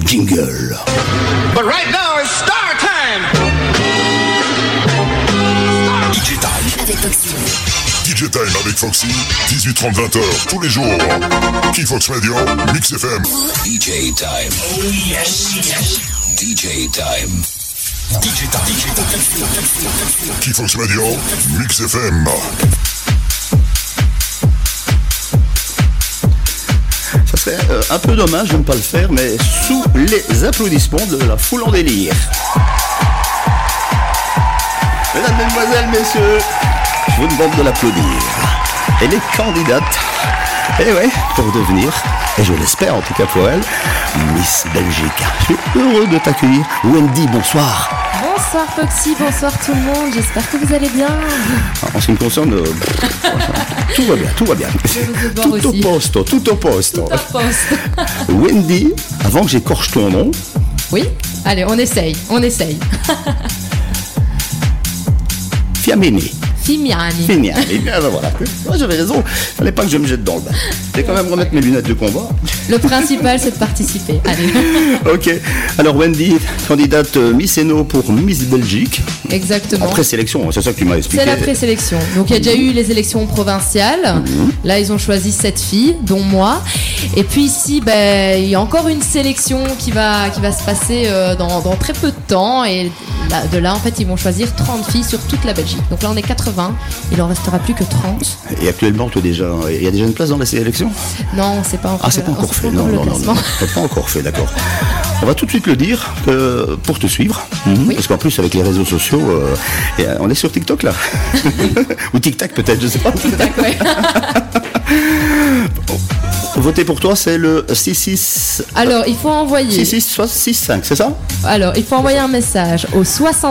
jingle. But right now it's star time. DJ Time avec Foxy. DJ Time avec Foxy, 18h30, 20h, tous les jours. Keyfox Radio, Mix FM. DJ Time. Oh yes, yes. DJ Time. DJ Time. Keyfox Radio, Mix FM. Ça serait un peu dommage de ne pas le faire, mais sous les applaudissements de la foule en délire. Mesdames, mesdemoiselles, messieurs, je vous demande de l'applaudir. Elle est candidate, pour devenir, et je l'espère en tout cas pour elle, Miss Belgique. Je suis heureux de t'accueillir. Wendy, bonsoir. Bonsoir Foxy, bonsoir tout le monde, j'espère que vous allez bien. En ce qui me concerne, tout va bien, tout va bien. Tout au poste, tout au poste. Wendy, avant que j'écorche ton nom. Oui, allez, on essaye. Fiamini. Fimiani. Ah ben voilà. Moi j'avais raison. Fallait pas que je me jette dans le bain. Je vais quand même remettre mes lunettes de combat. Le principal c'est de participer. Allez. Ok. Alors Wendy, candidate Miss Eno pour Miss Belgique. Exactement. En présélection, c'est ça que tu m'as expliqué. C'est la présélection. Donc il y a déjà eu les élections provinciales. Là ils ont choisi 7 filles, dont moi. Et puis ici, il y a encore une sélection qui va se passer dans très peu de temps. Et de là en fait ils vont choisir 30 filles sur toute la Belgique. Donc là on est 80. Il en restera plus que 30. Et actuellement, il y a déjà une place dans la sélection ? Non, c'est pas encore. Ah, c'est pas encore fait. Non, c'est pas encore fait, d'accord. On va tout de suite le dire pour te suivre, parce qu'en plus avec les réseaux sociaux, on est sur TikTok là, ou TikTok peut-être, je sais pas. TikTok, ouais. Voter pour toi, c'est le 66. Alors, il faut envoyer 6665, c'est ça ? Alors, il faut envoyer un message au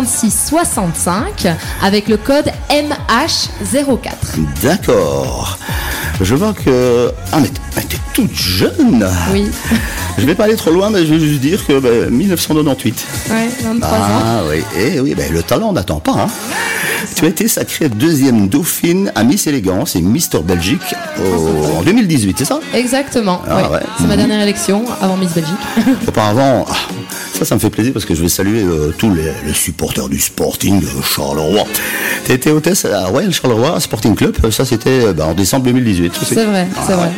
6665 avec le code MH04. D'accord. Je vois que... Ah, mais t'es toute jeune. Oui. Je vais pas aller trop loin, mais je vais juste dire que 1998. Ouais, 23 ans. Ah oui, le talent n'attend pas. Hein. Tu as été sacrée deuxième dauphine à Miss Élégance et Mister Belgique en 2018, c'est ça ? Exactement, oui. Ouais. C'est ma dernière élection avant Miss Belgique. Auparavant, ça me fait plaisir parce que je vais saluer tous les supporters du Sporting Charleroi. Tu as été hôtesse à Royal Charleroi Sporting Club, ça c'était en décembre 2018. C'est vrai, c'est vrai.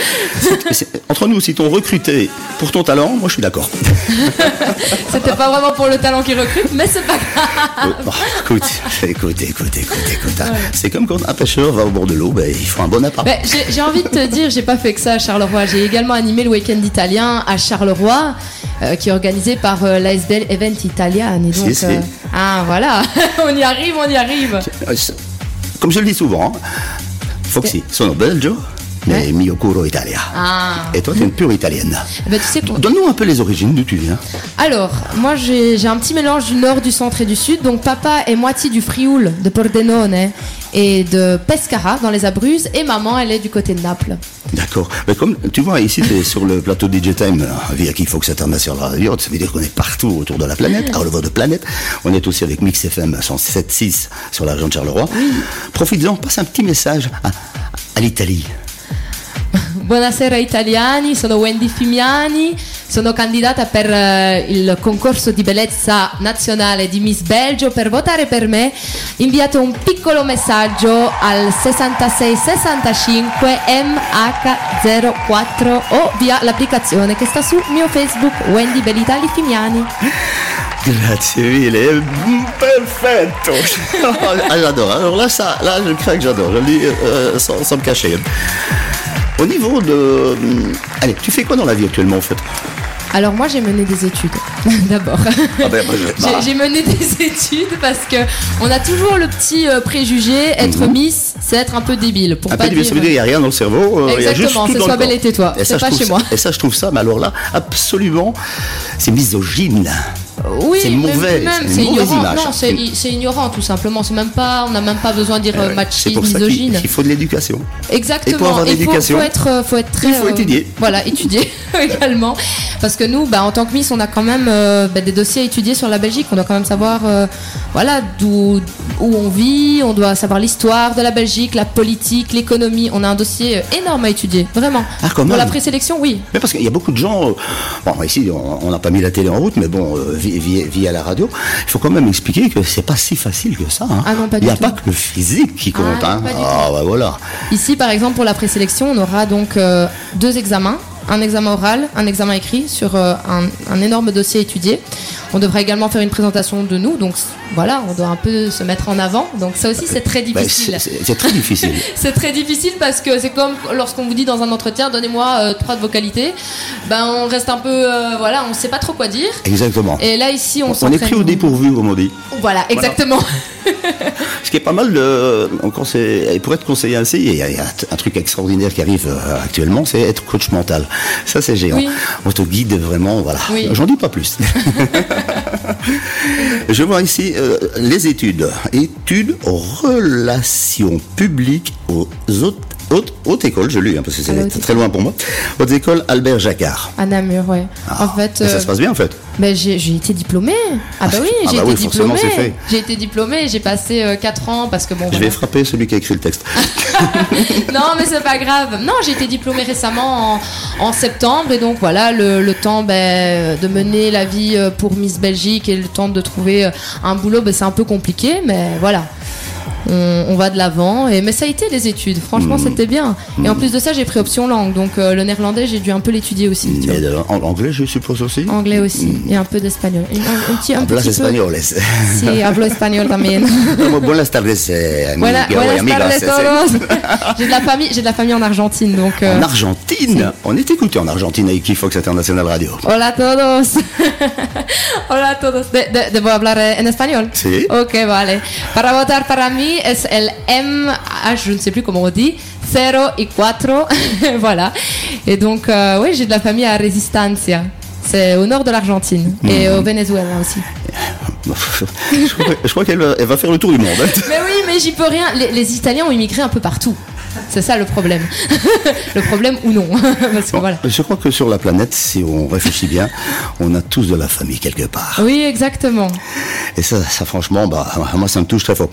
Entre nous, si t'ont recruté pour ton talent, moi je suis d'accord. C'était pas vraiment pour le talent qu'ils recrutent, mais c'est pas grave. Écoute. Ouais. C'est comme quand un pêcheur va au bord de l'eau, il faut un bon appart. J'ai envie de te dire, j'ai pas fait que ça à Charleroi. J'ai également animé le week-end italien à Charleroi, qui est organisé par l'ASBL Event Italian. Et donc, voilà, on y arrive. Comme je le dis souvent, Foxy, sono belgio. Mais mio curo Italia. Et toi, tu es une pure italienne. Tu sais Donne-nous un peu les origines d'où tu viens. Alors, moi, j'ai un petit mélange du nord, du centre et du sud. Donc, papa est moitié du Frioul, de Pordenone et de Pescara, dans les Abruzzes. Et maman, elle est du côté de Naples. D'accord. Mais comme tu vois, ici, tu es sur le plateau DJ Time via Keyfox International Radio. Ça veut dire qu'on est partout autour de la planète. Alors, le vote de planète. On est aussi avec Mix FM 107.6 sur la région de Charleroi. Profites-en, passe un petit message à l'Italie. Buonasera italiani, sono Wendy Fimiani, sono candidata per il concorso di bellezza nazionale di Miss Belgio. Per votare per me inviate un piccolo messaggio al 6665 MH04 o via l'applicazione che sta sul mio Facebook Wendy Bellitali Fimiani. Grazie mille, perfetto. J'adore. Alors là, je crains que j'adore. Je le dis sans me cacher. Au niveau de... Allez, tu fais quoi dans la vie actuellement en fait ? Alors moi j'ai mené des études d'abord. J'ai mené des études parce que on a toujours le petit préjugé, être Miss, c'est être un peu débile. Pour un pas peu débile, ça veut dire qu'il n'y a rien dans le cerveau. Exactement, c'est sois belle et tais-toi. C'est pas chez moi. Et ça je trouve ça, mais alors là, absolument, c'est misogyne. Oui, c'est mauvais, même, c'est une mauvaise ignorant. image. Non, c'est ignorant tout simplement. C'est même pas, on n'a même pas besoin de dire C'est machiste, pour ça misogyne. qu'il faut de l'éducation. Exactement. Et pour avoir de l'éducation, faut être très. il faut étudier. Voilà, étudier également. Parce que nous, en tant que Miss, on a quand même des dossiers à étudier sur la Belgique. On doit quand même savoir, où on vit. On doit savoir l'histoire de la Belgique, la politique, l'économie. On a un dossier énorme à étudier, vraiment. Ah, quand même. Pour la présélection, oui. Mais parce qu'il y a beaucoup de gens. Bon, ici, on n'a pas mis la télé en route, mais bon, via la radio, il faut quand même expliquer que c'est pas si facile que ça. Hein. Ah non, pas il n'y a du tout. pas que le physique qui compte. Ah, hein. pas du Bah voilà. Ici, par exemple, pour la présélection, on aura donc 2 examens. Un examen oral, un examen écrit sur un énorme dossier à étudier. On devra également faire une présentation de nous, donc voilà, on doit un peu se mettre en avant. Donc ça aussi, c'est très difficile. C'est très difficile. C'est très difficile parce que c'est comme lorsqu'on vous dit dans un entretien, donnez-moi 3 de vos qualités. On reste un peu, on ne sait pas trop quoi dire. Exactement. Et là, ici, on est pris au dépourvu, comme on dit. Voilà, exactement. Ce qui est pas mal, pour être conseiller ainsi, il y a un truc extraordinaire qui arrive actuellement, c'est être coach mental. Ça, c'est géant. Oui. On te guide vraiment, voilà. Oui. J'en dis pas plus. Je vois ici les études. Études aux relations publiques aux haute école, je l'ai, parce que c'est très loin pour moi. Haute école Albert Jacquard. À Namur, ouais. Ah, en fait, ça se passe bien, en fait. J'ai été diplômée. J'ai été forcément, c'est fait. J'ai été diplômée, j'ai passé 4 ans parce que Je vais frapper celui qui a écrit le texte. Non, mais c'est pas grave. Non, j'ai été diplômée récemment en septembre et donc voilà, le temps de mener la vie pour Miss Belgique et le temps de trouver un boulot, c'est un peu compliqué, mais voilà. On va de l'avant, mais ça a été les études, franchement c'était bien. Et en plus de ça, j'ai pris option langue, donc le néerlandais j'ai dû un peu l'étudier aussi. Et en anglais, je suppose aussi. Anglais aussi, et un peu d'espagnol. Un petit espagnol. Si, hablo espagnol también. Buenas tardes, Buenas tardes todos. J'ai de la famille en Argentine, donc. En Argentine, on est écouté en Argentine avec Equifox International Radio. Hola a todos. Hola a todos. ¿Debo hablar en español? Sí. Ok, vale. Para votar para mí es el je ne sais plus comment on dit, 0 y 4. Voilà. Et donc, oui, j'ai de la famille à Resistencia. C'est au nord de l'Argentine et au Venezuela aussi. Je crois qu'elle va faire le tour du monde. Mais oui, mais j'y peux rien. Les Italiens ont immigré un peu partout. C'est ça le problème. Le problème ou non. Parce que voilà. Je crois que sur la planète, si on réfléchit bien, on a tous de la famille quelque part. Oui, exactement. Et ça franchement, moi, ça me touche très fort.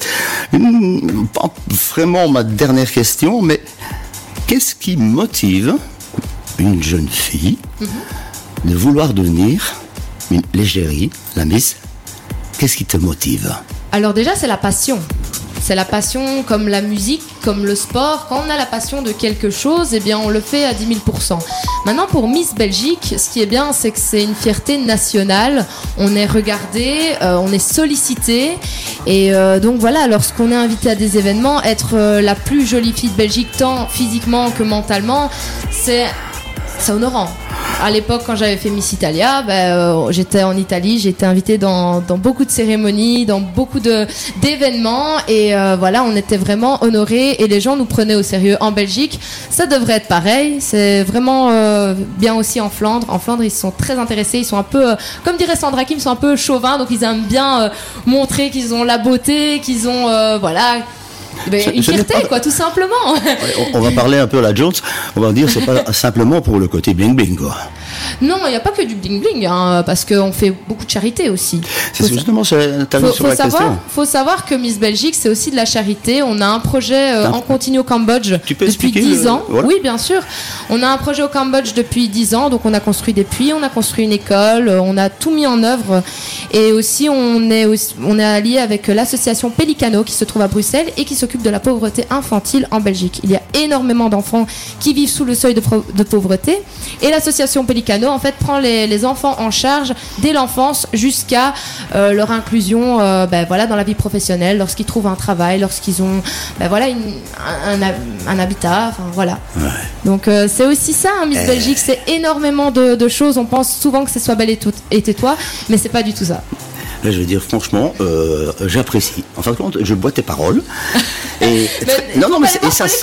Pas vraiment ma dernière question, mais qu'est-ce qui motive une jeune fille de vouloir devenir une l'égérie, la Miss? Qu'est-ce qui te motive? Alors déjà, c'est la passion. C'est la passion comme la musique, comme le sport. Quand on a la passion de quelque chose, eh bien on le fait à 10 000%. Maintenant, pour Miss Belgique, ce qui est bien, c'est que c'est une fierté nationale. On est regardé, on est sollicité. Et donc voilà, lorsqu'on est invité à des événements, être la plus jolie fille de Belgique, tant physiquement que mentalement, c'est honorant. À l'époque, quand j'avais fait Miss Italia, j'étais en Italie, j'ai été invitée dans beaucoup de cérémonies, dans beaucoup d'événements, et voilà, on était vraiment honorés et les gens nous prenaient au sérieux. En Belgique, ça devrait être pareil. C'est vraiment bien aussi en Flandre. En Flandre, ils sont très intéressés. Ils sont un peu, comme dirait Sandra Kim, ils sont un peu chauvins, donc ils aiment bien montrer qu'ils ont la beauté, qu'ils ont une fierté, quoi, tout simplement. On va parler un peu à la Jones. On va dire c'est pas simplement pour le côté bling bling, quoi. Non, il n'y a pas que du bling bling, hein, parce qu'on fait beaucoup de charité aussi. C'est justement sur la question. Faut savoir que Miss Belgique, c'est aussi de la charité. On a un projet en continu au Cambodge depuis 10 ans. Voilà. Oui, bien sûr. On a un projet au Cambodge depuis 10 ans, donc on a construit des puits, on a construit une école, on a tout mis en œuvre. Et aussi, on est allié avec l'association Pelicano qui se trouve à Bruxelles et qui s'occupe de la pauvreté infantile en Belgique. Il y a énormément d'enfants qui vivent sous le seuil de pauvreté. Et l'association Pelicano, en fait, prend les enfants en charge dès l'enfance jusqu'à leur inclusion dans la vie professionnelle, lorsqu'ils trouvent un travail, lorsqu'ils ont un habitat, enfin voilà. Ouais. Donc c'est aussi ça, hein, Miss Belgique, c'est énormément de choses. On pense souvent que c'est Sois belle et tais-toi, mais c'est pas du tout ça. Là, je vais dire franchement, j'apprécie. En fin de compte, je bois tes paroles. Et non, mais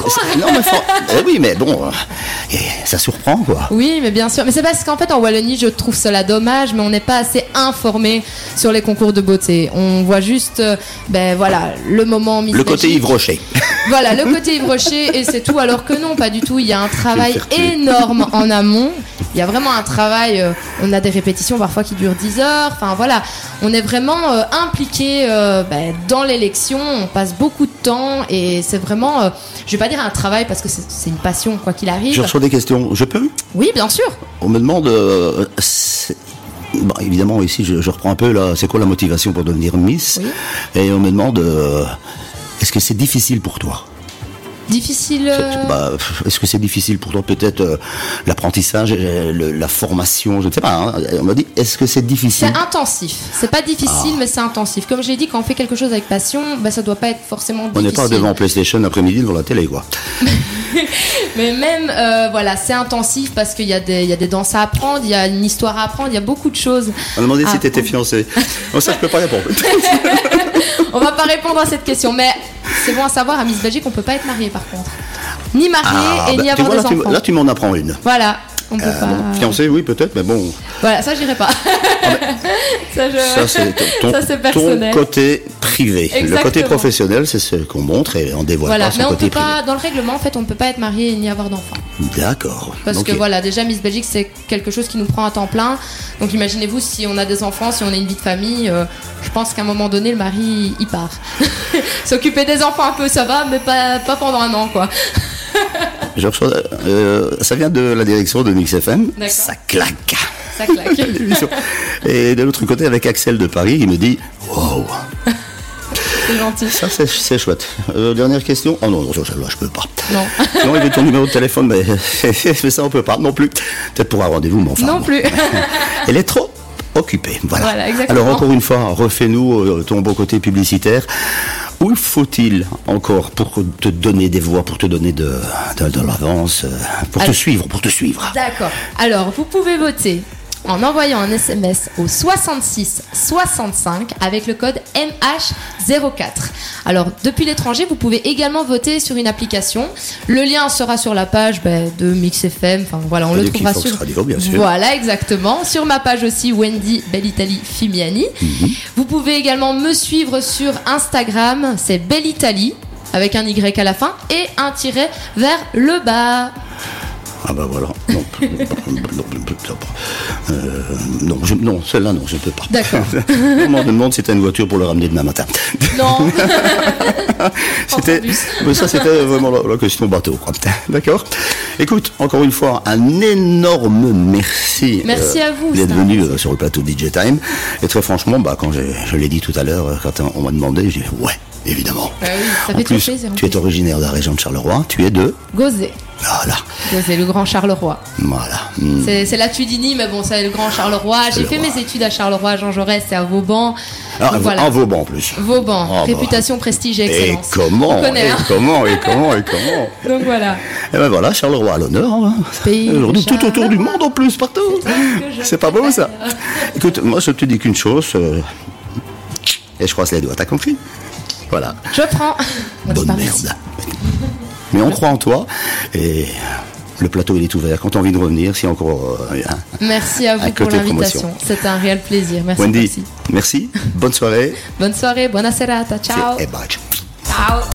oui, mais bon, ça surprend, quoi. Oui, mais bien sûr. Mais c'est parce qu'en fait, en Wallonie, je trouve cela dommage, mais on n'est pas assez informé sur les concours de beauté. On voit juste, le moment Miss Le côté Belgique. Yves Rocher. Voilà, le côté Yves Rocher, et c'est tout. Alors que non, pas du tout. Il y a un travail énorme en amont. Il y a vraiment un travail. On a des répétitions parfois qui durent 10 heures. Enfin voilà, on est vraiment impliqué dans l'élection. On passe beaucoup de temps et c'est vraiment, je vais pas dire un travail parce que c'est une passion quoi qu'il arrive. Je reçois des questions. Je peux ? Oui, bien sûr. On me demande. Évidemment, ici, je reprends un peu là. C'est quoi la motivation pour devenir Miss ? Oui. Et on me demande est-ce que c'est difficile pour toi ? Difficile. Est-ce que c'est difficile pour toi peut-être l'apprentissage, la formation, je ne sais pas. Hein. On m'a dit, est-ce que c'est difficile ? C'est intensif. C'est pas difficile, mais c'est intensif. Comme je l'ai dit, quand on fait quelque chose avec passion, ça doit pas être forcément difficile. On n'est pas devant PlayStation l'après-midi devant la télé, quoi. Mais même, c'est intensif parce qu'il y a des danses à apprendre, il y a une histoire à apprendre, il y a beaucoup de choses. On m'a demandé si tu étais fiancée. Bon, ça, je peux pas répondre. On va pas répondre à cette question, mais c'est bon à savoir, à Miss Belgique, on peut pas être marié par contre. Ni marié ni avoir des enfants. Là, tu m'en apprends une. Voilà. On peut pas... Fiancé, oui, peut-être, mais bon. Voilà, ça, j'irai pas. Ça, c'est personnel. Ton côté privé. Exactement. Le côté professionnel, c'est ce qu'on montre et on dévoile voilà. pas son mais on côté peut pas, privé. dans le règlement, en fait, on ne peut pas être marié ni avoir d'enfant. D'accord. Parce que voilà, déjà, Miss Belgique, c'est quelque chose qui nous prend à temps plein. Donc, imaginez-vous, si on a des enfants, si on a une vie de famille, je pense qu'à un moment donné, le mari, il part. S'occuper des enfants un peu, ça va, mais pas pendant un an, quoi. Je reçois, ça vient de la direction de Mix FM. D'accord. Ça claque. Ça claque. Et de l'autre côté, avec Axel de Paris, il me dit wow. C'est gentil. Ça, c'est chouette. Dernière question. Oh non, celle-là, je peux pas. Non. Non, il veut ton numéro de téléphone, mais ça, on peut pas. Non plus. Peut-être pour un rendez-vous, mais enfin. Non plus. Elle est trop occupée. Voilà. Exactement. Alors, encore une fois, refais-nous ton beau côté publicitaire. Où faut-il encore pour te donner des voix, pour te donner de l'avance, pour te suivre. D'accord. Alors, vous pouvez voter en envoyant un SMS au 66 65 avec le code MH04. Alors, depuis l'étranger, vous pouvez également voter sur une application. Le lien sera sur la page de Mix FM. Enfin, voilà, on le trouvera sur... Radio, bien sûr. Voilà, exactement. Sur ma page aussi, Wendy Bellitali Fimiani. Vous pouvez également me suivre sur Instagram. C'est Bellitali, avec un Y à la fin et un tiret vers le bas. Ah bah voilà, non, celle-là non, je ne peux pas. D'accord. On me demande si tu as une voiture pour le ramener demain matin. Non. C'était vraiment la question bateau, quoi. D'accord. Écoute, encore une fois, un énorme merci. Merci à vous. D'être venu sur le plateau DJ Time. Et très franchement, quand je l'ai dit tout à l'heure, quand on m'a demandé, j'ai dit ouais. Évidemment. Oui, ça fait en plus, plaisir. Tu es originaire de la région de Charleroi. Tu es de Gauzet. Voilà. Gauzet, le grand Charleroi. Voilà. C'est la Tudini, mais bon, c'est le grand Charleroi. J'ai fait mes études à Charleroi, Jean Jaurès et à Vauban. Voilà. À Vauban en plus. Vauban, réputation, prestige et excellence. Et comment Donc voilà. Et ben voilà, Charleroi à l'honneur. Hein. Aujourd'hui, tout autour du monde en plus, partout. C'est pas beau ça. Écoute, moi je te dis qu'une chose, et je croise les doigts, t'as compris? Voilà. Je prends. Bonne merde. Mais on croit en toi et le plateau il est ouvert. Quand tu as envie de revenir, s'il y a encore merci à vous pour l'invitation. C'était un réel plaisir. Merci. Wendy, merci. Bonne soirée. Bonne soirée. Buona serata. Ciao. Et bye. Ciao.